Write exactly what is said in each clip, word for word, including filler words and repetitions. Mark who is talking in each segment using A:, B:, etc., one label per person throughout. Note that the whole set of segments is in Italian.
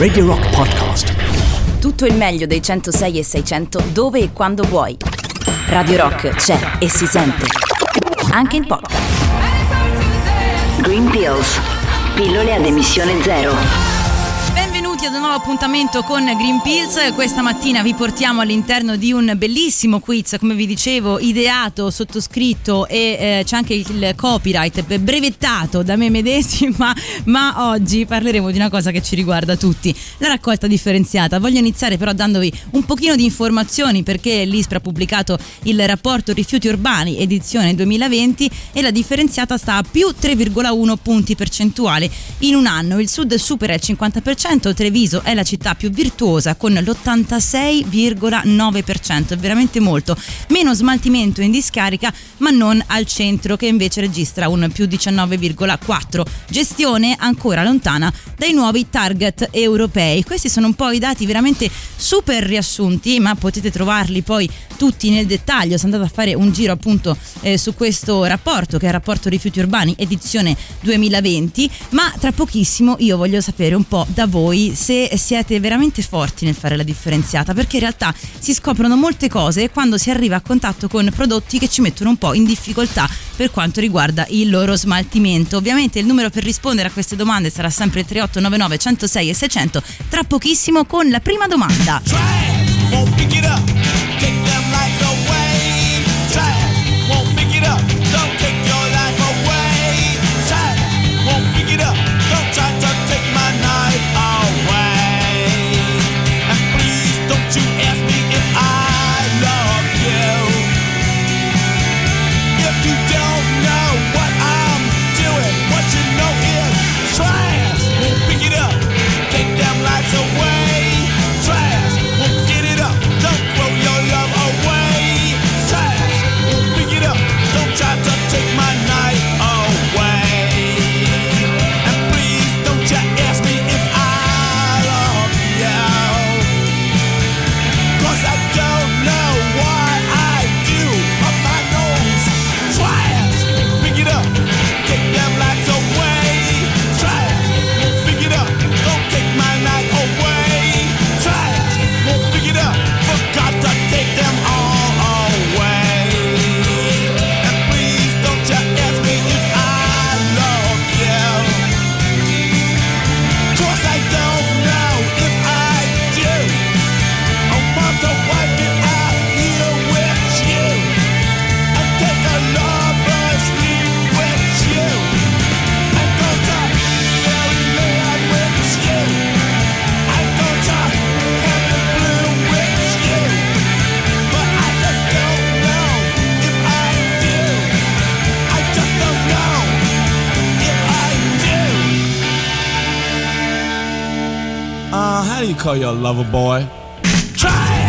A: Radio Rock Podcast.
B: Tutto il meglio dei centosei e seicento dove e quando vuoi. Radio Rock c'è e si sente anche in podcast.
C: Green Pills, pillole ad emissione zero.
D: Benvenuti ad un nuovo appuntamento con Green Pills. Questa mattina vi portiamo all'interno di un bellissimo quiz, come vi dicevo, ideato, sottoscritto e eh, c'è anche il copyright brevettato da me medesima, ma oggi parleremo di una cosa che ci riguarda tutti, la raccolta differenziata. Voglio iniziare però dandovi un pochino di informazioni, perché l'ISPRA ha pubblicato il rapporto Rifiuti Urbani edizione duemilaventi e la differenziata sta a più tre virgola uno punti percentuali in un anno. Il Sud supera il cinquanta per cento, Treviso è la città più virtuosa con l'ottantasei virgola nove per cento, è veramente molto. Meno smaltimento in discarica, ma non al centro, che invece registra un più diciannove virgola quattro. Gestione ancora lontana dai nuovi target europei. Questi sono un po' i dati veramente super riassunti, ma potete trovarli poi tutti nel dettaglio se andate a fare un giro appunto eh, su questo rapporto, che è il rapporto Rifiuti Urbani edizione duemilaventi. Ma tra pochissimo io voglio sapere un po' da voi se siete veramente forti nel fare la differenziata, perché in realtà si scoprono molte cose quando si arriva a contatto con prodotti che ci mettono un po' in difficoltà per quanto riguarda il loro smaltimento. Ovviamente il numero per rispondere a queste domande sarà sempre il tre otto nove nove centosei e seicento, tra pochissimo con la prima domanda.
E: How do you call your lover boy? Try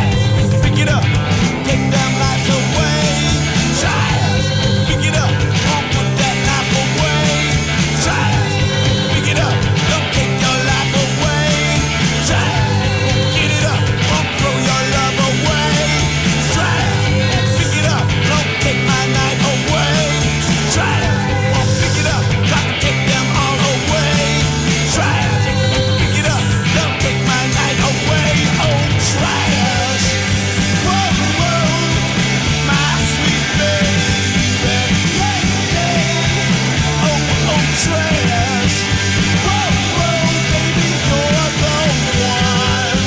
E: it! Pick it up! Take them lights away! Try it! Pick it up! Don't put that life away! Try it! Pick it up! Don't take your life away! Try it! Get it up! Don't throw your love away! Try it! Pick it up! Don't take my night away! Try it! Pick it up! Got to take them all away! Try it! Pick it up! Don't take my night away! Oh, trash! Whoa, whoa! My sweet baby! Oh, oh, trash! Whoa, whoa, baby, you're the one!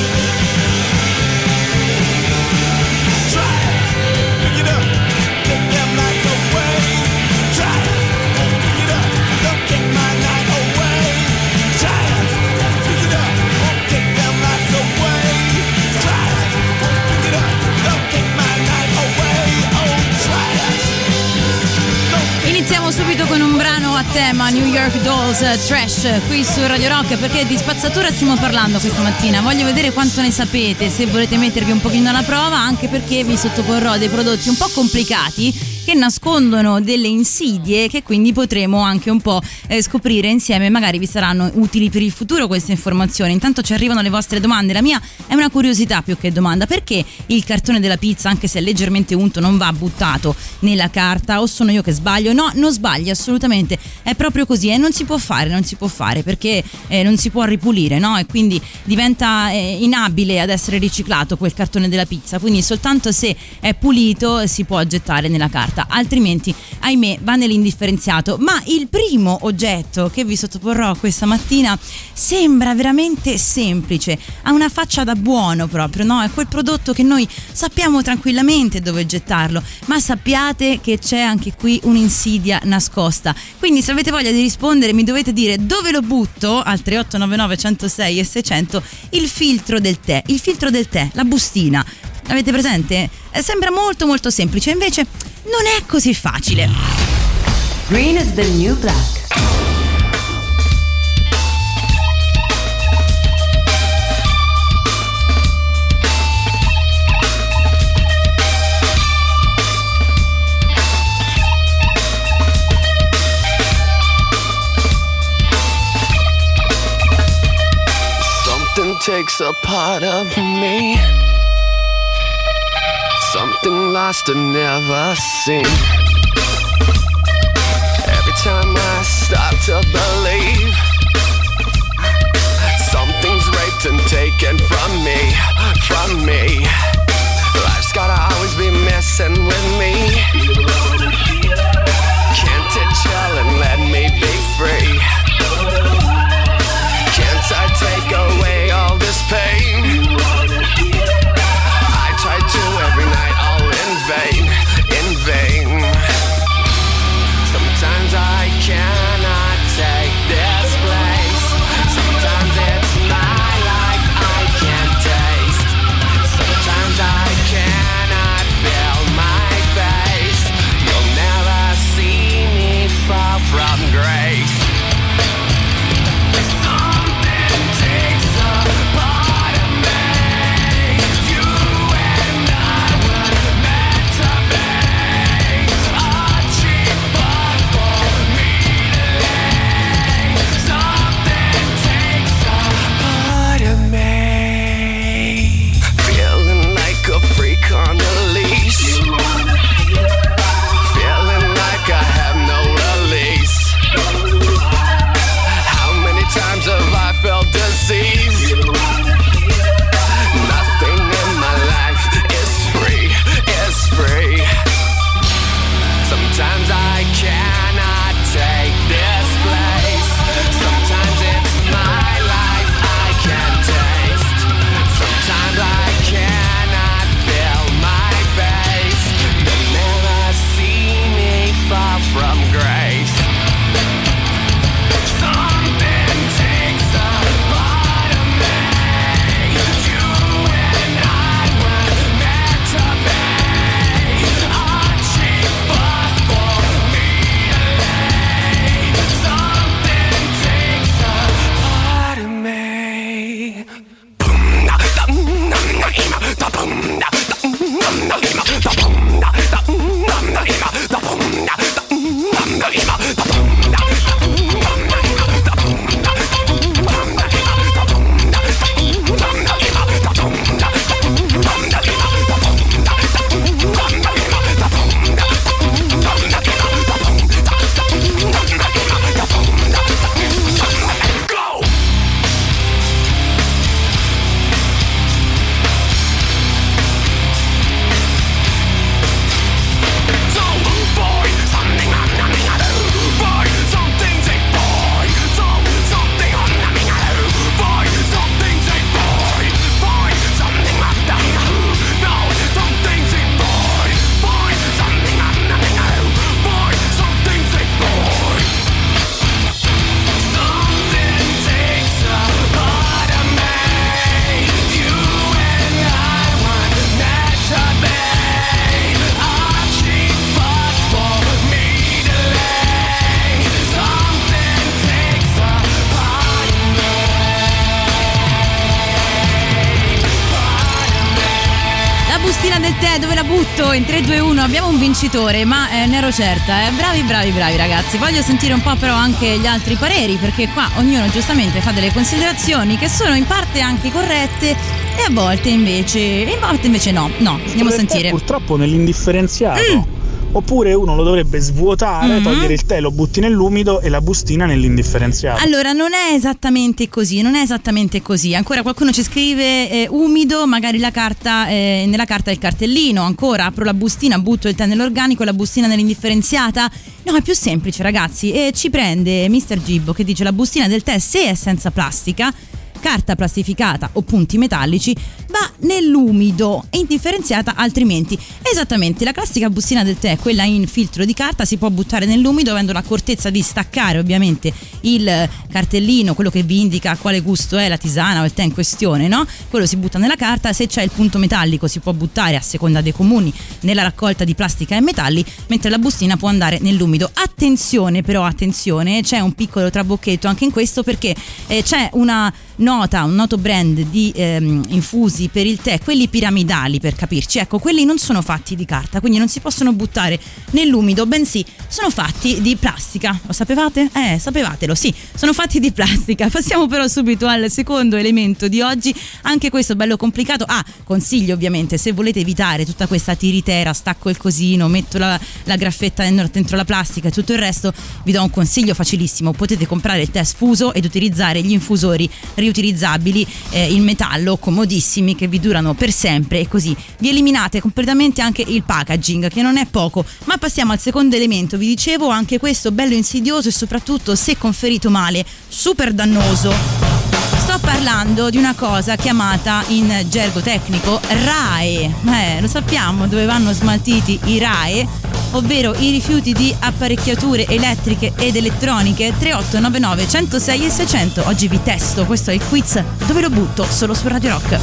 E: Trash! Pick it up! Take them lights away! Trash! Pick it up! Don't take my night away! Trash! Pick it up! Won't take them lights away! Trash! Pick it up! Don't take my night away! Oh, trash!
D: Iniziamo subito con un brano a tema, New York Dolls, Trash, qui su Radio Rock, perché di spazzatura stiamo parlando questa mattina. Voglio vedere quanto ne sapete, se volete mettervi un pochino alla prova, anche perché vi sottoporrò dei prodotti un po' complicati che nascondono delle insidie che quindi potremo anche un po' eh, scoprire insieme. Magari vi saranno utili per il futuro queste informazioni. Intanto ci arrivano le vostre domande. La mia è una curiosità più che domanda: perché il cartone della pizza, anche se è leggermente unto, non va buttato nella carta? O sono io che sbaglio? No, non sbagli assolutamente, è proprio così e non si può fare, non si può fare perché eh, non si può ripulire, no? E quindi diventa eh, inabile ad essere riciclato quel cartone della pizza, quindi soltanto se è pulito si può gettare nella carta, altrimenti ahimè va nell'indifferenziato. Ma il primo oggetto che vi sottoporrò questa mattina sembra veramente semplice, ha una faccia da buono proprio, no? È quel prodotto che noi sappiamo tranquillamente dove gettarlo, ma sappiate che c'è anche qui un'insidia nascosta. Quindi se avete voglia di rispondere mi dovete dire dove lo butto al tre otto nove nove uno zero sei e seicento il filtro del tè, il filtro del tè, la bustina. Avete presente? Eh, sembra molto molto semplice, invece non è così facile.
C: Green is the new black.
A: Something takes a part of me, something lost and never seen. Every time I start to believe, something's raped and taken from me, from me. Life's gotta always be messing with me. Can't it chill and let me be free? Can't I take away all this pain? I try to every night, all in vain, in vain. Sometimes I cannot take this place. Sometimes it's my life I can't taste. Sometimes I cannot feel my face.
D: del tè dove la butto? In tre due uno abbiamo un vincitore, ma eh, ne ero certa, eh. Bravi, bravi, bravi ragazzi. Voglio sentire un po' però anche gli altri pareri, perché qua ognuno giustamente fa delle considerazioni che sono in parte anche corrette e a volte invece, e a volte invece no. No, andiamo a sentire.
F: Purtroppo nell'indifferenziato. Mm. Oppure uno lo dovrebbe svuotare, mm-hmm. togliere il tè, lo butti nell'umido e la bustina nell'indifferenziato.
D: Allora non è esattamente così, non è esattamente così. Ancora qualcuno ci scrive eh, umido, magari la carta, eh, nella carta il cartellino. Ancora apro la bustina, butto il tè nell'organico e la bustina nell'indifferenziata. No, è più semplice ragazzi, e ci prende mister Gibbo che dice la bustina del tè, se è senza plastica, carta plastificata o punti metallici, va nell'umido e indifferenziata altrimenti. Esattamente, la classica bustina del tè, quella in filtro di carta, si può buttare nell'umido avendo l'accortezza di staccare ovviamente il cartellino, quello che vi indica quale gusto è la tisana o il tè in questione, no? Quello si butta nella carta. Se c'è il punto metallico si può buttare, a seconda dei comuni, nella raccolta di plastica e metalli, mentre la bustina può andare nell'umido. Attenzione però, attenzione, c'è un piccolo trabocchetto anche in questo, perché eh, c'è una nota, un noto brand di ehm, infusi per il tè, quelli piramidali per capirci, ecco, quelli non sono fatti di carta, quindi non si possono buttare nell'umido, bensì sono fatti di plastica. Lo sapevate? Eh, sapevatelo, sì, sono fatti di plastica. Passiamo però subito al secondo elemento di oggi, anche questo bello complicato. Ah, consiglio ovviamente, se volete evitare tutta questa tiritera, stacco il cosino, metto la, la graffetta dentro la plastica e tutto il resto, vi do un consiglio facilissimo: potete comprare il tè sfuso ed utilizzare gli infusori riutilizzabili eh, in metallo, comodissimi, che vi durano per sempre, e così vi eliminate completamente anche il packaging, che non è poco. Ma passiamo al secondo elemento, vi dicevo, anche questo bello insidioso e soprattutto, se conferito male, super dannoso. Sto parlando di una cosa chiamata in gergo tecnico R A E. Eh, lo sappiamo dove vanno smaltiti i R A E, ovvero i rifiuti di apparecchiature elettriche ed elettroniche. Tre otto nove nove uno zero sei e seicento. Oggi vi testo, questo è il quiz dove lo butto, solo su Radio Rock.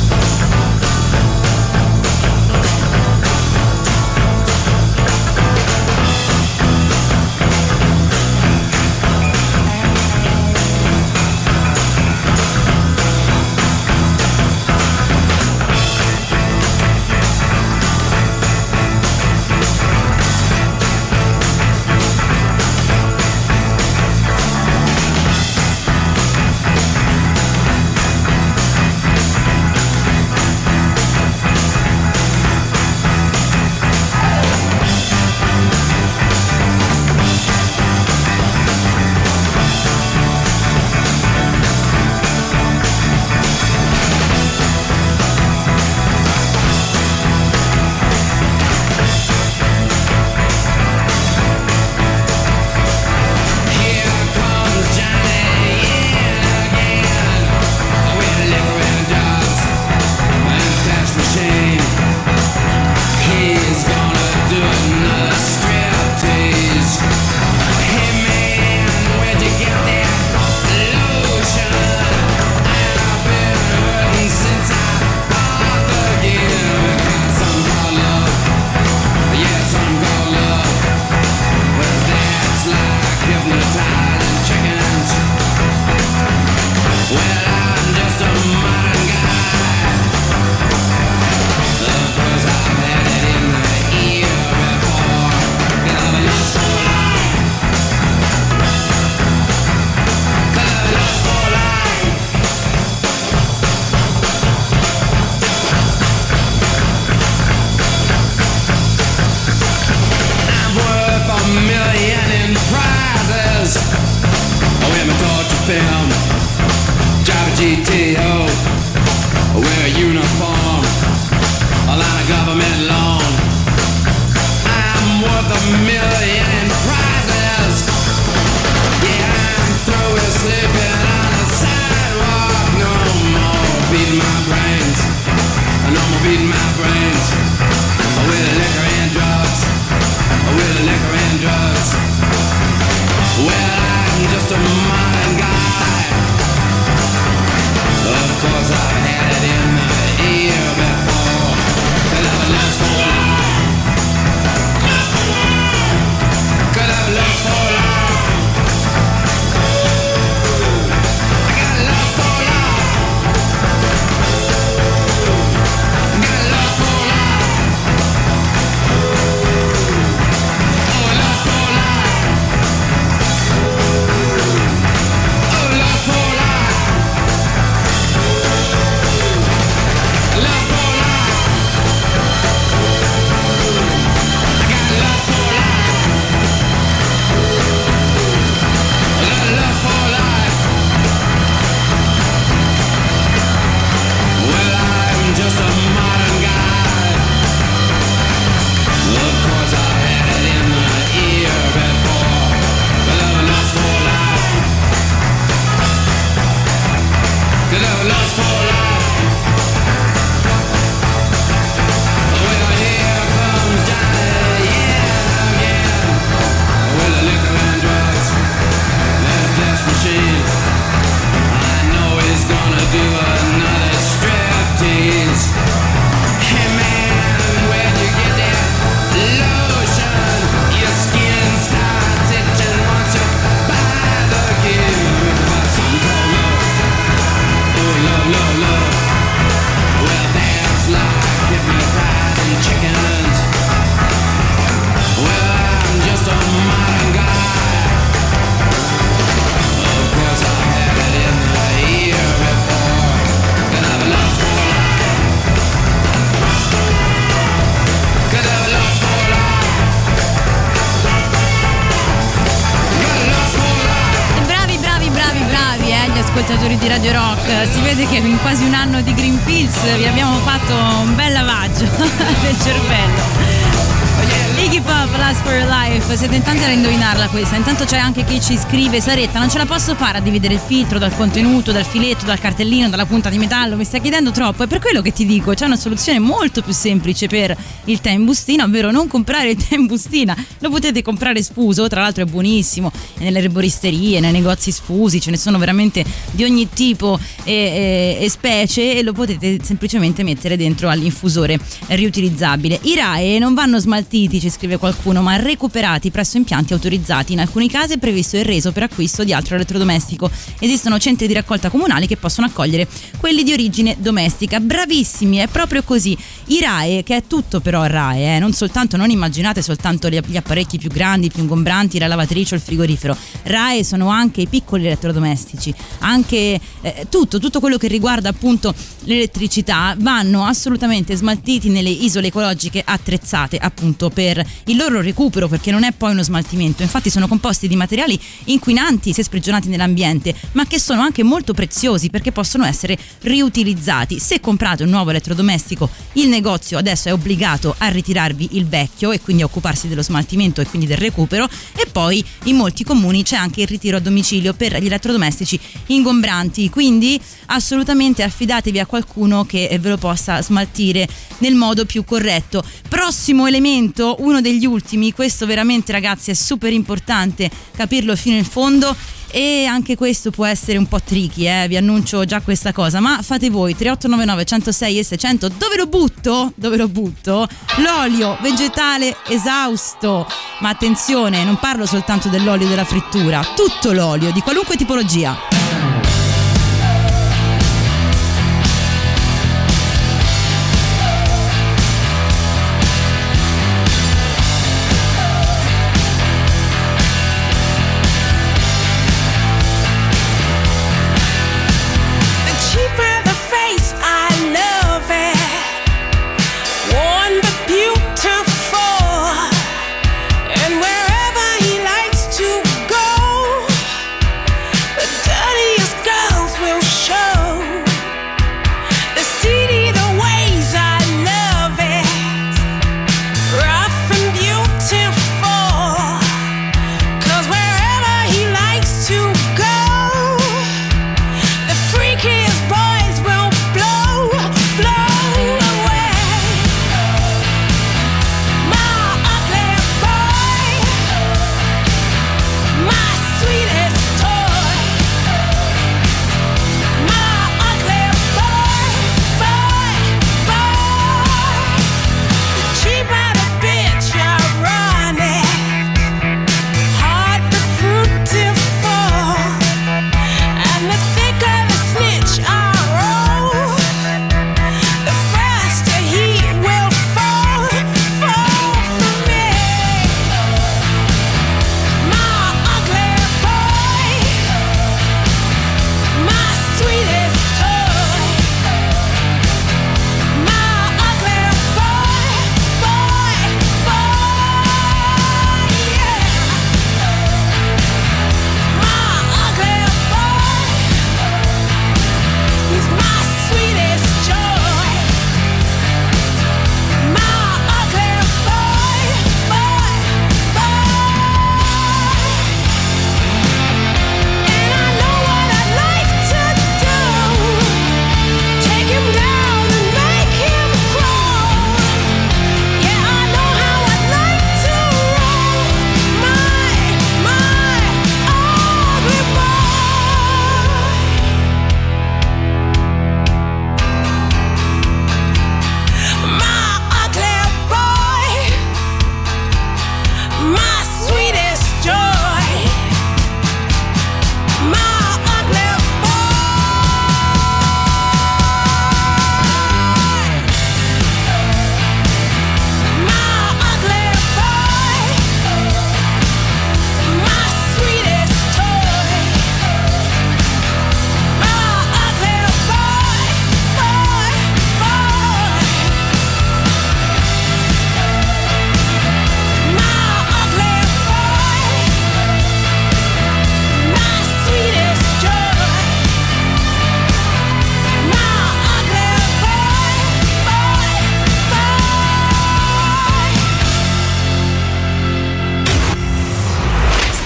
A: Of course I've had it in my ear
D: Ascoltatori di Radio Rock, si vede che in quasi un anno di Green Pills vi abbiamo fatto un bel lavaggio del cervello. Iggy Pop, Last for Your Life, siete in tanti a indovinarla questa. Intanto c'è anche chi ci scrive: Saretta, non ce la posso fare a dividere il filtro dal contenuto, dal filetto, dal cartellino, dalla punta di metallo, mi stai chiedendo troppo. È per quello che ti dico, c'è una soluzione molto più semplice per il tè in bustina, ovvero non comprare il tè in bustina, lo potete comprare sfuso, tra l'altro è buonissimo, nelle erboristerie, nei negozi sfusi, ce ne sono veramente di ogni tipo e, e, e specie, e lo potete semplicemente mettere dentro all'infusore riutilizzabile. I R A E non vanno smaltiti, ci scrive qualcuno, ma recuperati presso impianti autorizzati. In alcuni casi è previsto il reso per acquisto di altro elettrodomestico. Esistono centri di raccolta comunali che possono accogliere quelli di origine domestica. Bravissimi, è proprio così. I R A E, che è tutto però R A E, eh? non soltanto, non immaginate soltanto gli, gli apparecchi più grandi, più ingombranti, la lavatrice o il frigorifero. R A E sono anche i piccoli elettrodomestici, anche eh, tutto, tutto quello che riguarda appunto l'elettricità, vanno assolutamente smaltiti nelle isole ecologiche attrezzate appunto per il loro recupero, perché non è poi uno smaltimento. Infatti sono composti di materiali inquinanti se sprigionati nell'ambiente, ma che sono anche molto preziosi perché possono essere riutilizzati. Se comprate un nuovo elettrodomestico, il negozio adesso è obbligato a ritirarvi il vecchio e quindi a occuparsi dello smaltimento e quindi del recupero, e poi in molti comuni c'è anche il ritiro a domicilio per gli elettrodomestici ingombranti, quindi assolutamente affidatevi a qualcuno che ve lo possa smaltire nel modo più corretto. Prossimo elemento, uno degli ultimi, questo veramente ragazzi è super importante capirlo fino in fondo, e anche questo può essere un po' tricky, eh? vi annuncio già questa cosa, ma fate voi. Tre otto nove nove, centosei e seicento. Dove lo butto? Dove lo butto? L'olio vegetale esausto, ma attenzione, non parlo soltanto dell'olio della frittura, tutto l'olio di qualunque tipologia.
G: And wherever he likes to go, the dirty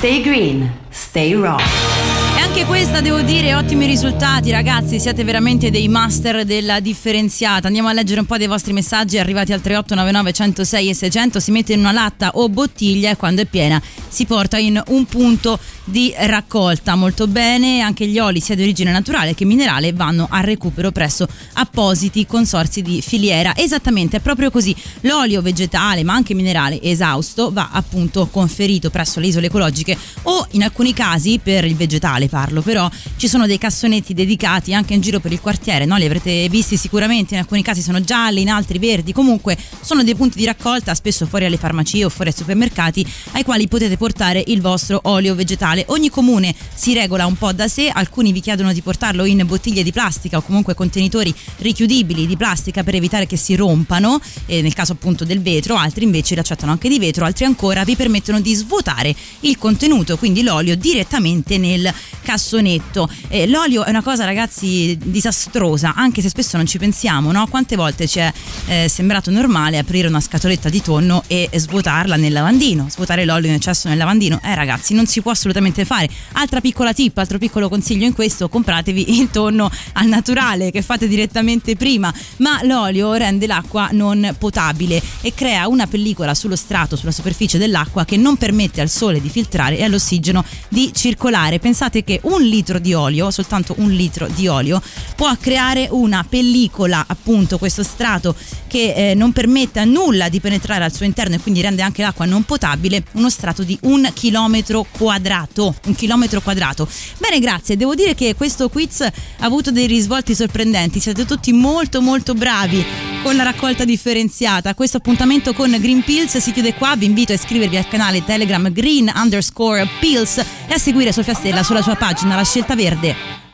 C: Stay green, stay raw.
D: E anche questa, devo dire, ottimi risultati, ragazzi, siete veramente dei master della differenziata. Andiamo a leggere un po' dei vostri messaggi arrivati al tre otto nove nove uno zero sei e seicento. Si mette in una latta o bottiglia e quando è piena si porta in un punto di raccolta. Molto bene, anche gli oli sia di origine naturale che minerale vanno a recupero presso appositi consorzi di filiera. Esattamente, è proprio così. L'olio vegetale ma anche minerale esausto va appunto conferito presso le isole ecologiche o in alcuni casi, per il vegetale parlo, però ci sono dei cassonetti dedicati anche in giro per il quartiere, no? Li avrete visti sicuramente, in alcuni casi sono gialli, in altri verdi, comunque sono dei punti di raccolta spesso fuori alle farmacie o fuori ai supermercati ai quali potete portare il vostro olio vegetale. Ogni comune si regola un po' da sé, alcuni vi chiedono di portarlo in bottiglie di plastica o comunque contenitori richiudibili di plastica per evitare che si rompano, eh, nel caso appunto del vetro, altri invece lo accettano anche di vetro, altri ancora vi permettono di svuotare il contenuto, quindi l'olio direttamente nel cassonetto. Eh, l'olio è una cosa, ragazzi, disastrosa, anche se spesso non ci pensiamo, no? Quante volte ci è eh, sembrato normale aprire una scatoletta di tonno e svuotarla nel lavandino, svuotare l'olio in eccesso nel lavandino. Eh ragazzi, non si può assolutamente fare. Altra piccola tip, altro piccolo consiglio in questo: compratevi il tonno al naturale che fate direttamente prima, ma l'olio rende l'acqua non potabile e crea una pellicola sullo strato, sulla superficie dell'acqua, che non permette al sole di filtrare e all'ossigeno di circolare. Pensate che un litro di olio, soltanto un litro di olio, può creare una pellicola, appunto questo strato che eh, non permette a nulla di penetrare al suo interno e quindi rende anche l'acqua non potabile, uno strato di un chilometro quadrato, un chilometro quadrato. Bene, grazie, devo dire che questo quiz ha avuto dei risvolti sorprendenti, siete tutti molto molto bravi con la raccolta differenziata. Questo appuntamento con Green Pills si chiude qua, vi invito a iscrivervi al canale Telegram Green underscore Pills e a seguire Sofia Stella sulla sua pagina La Scelta Verde.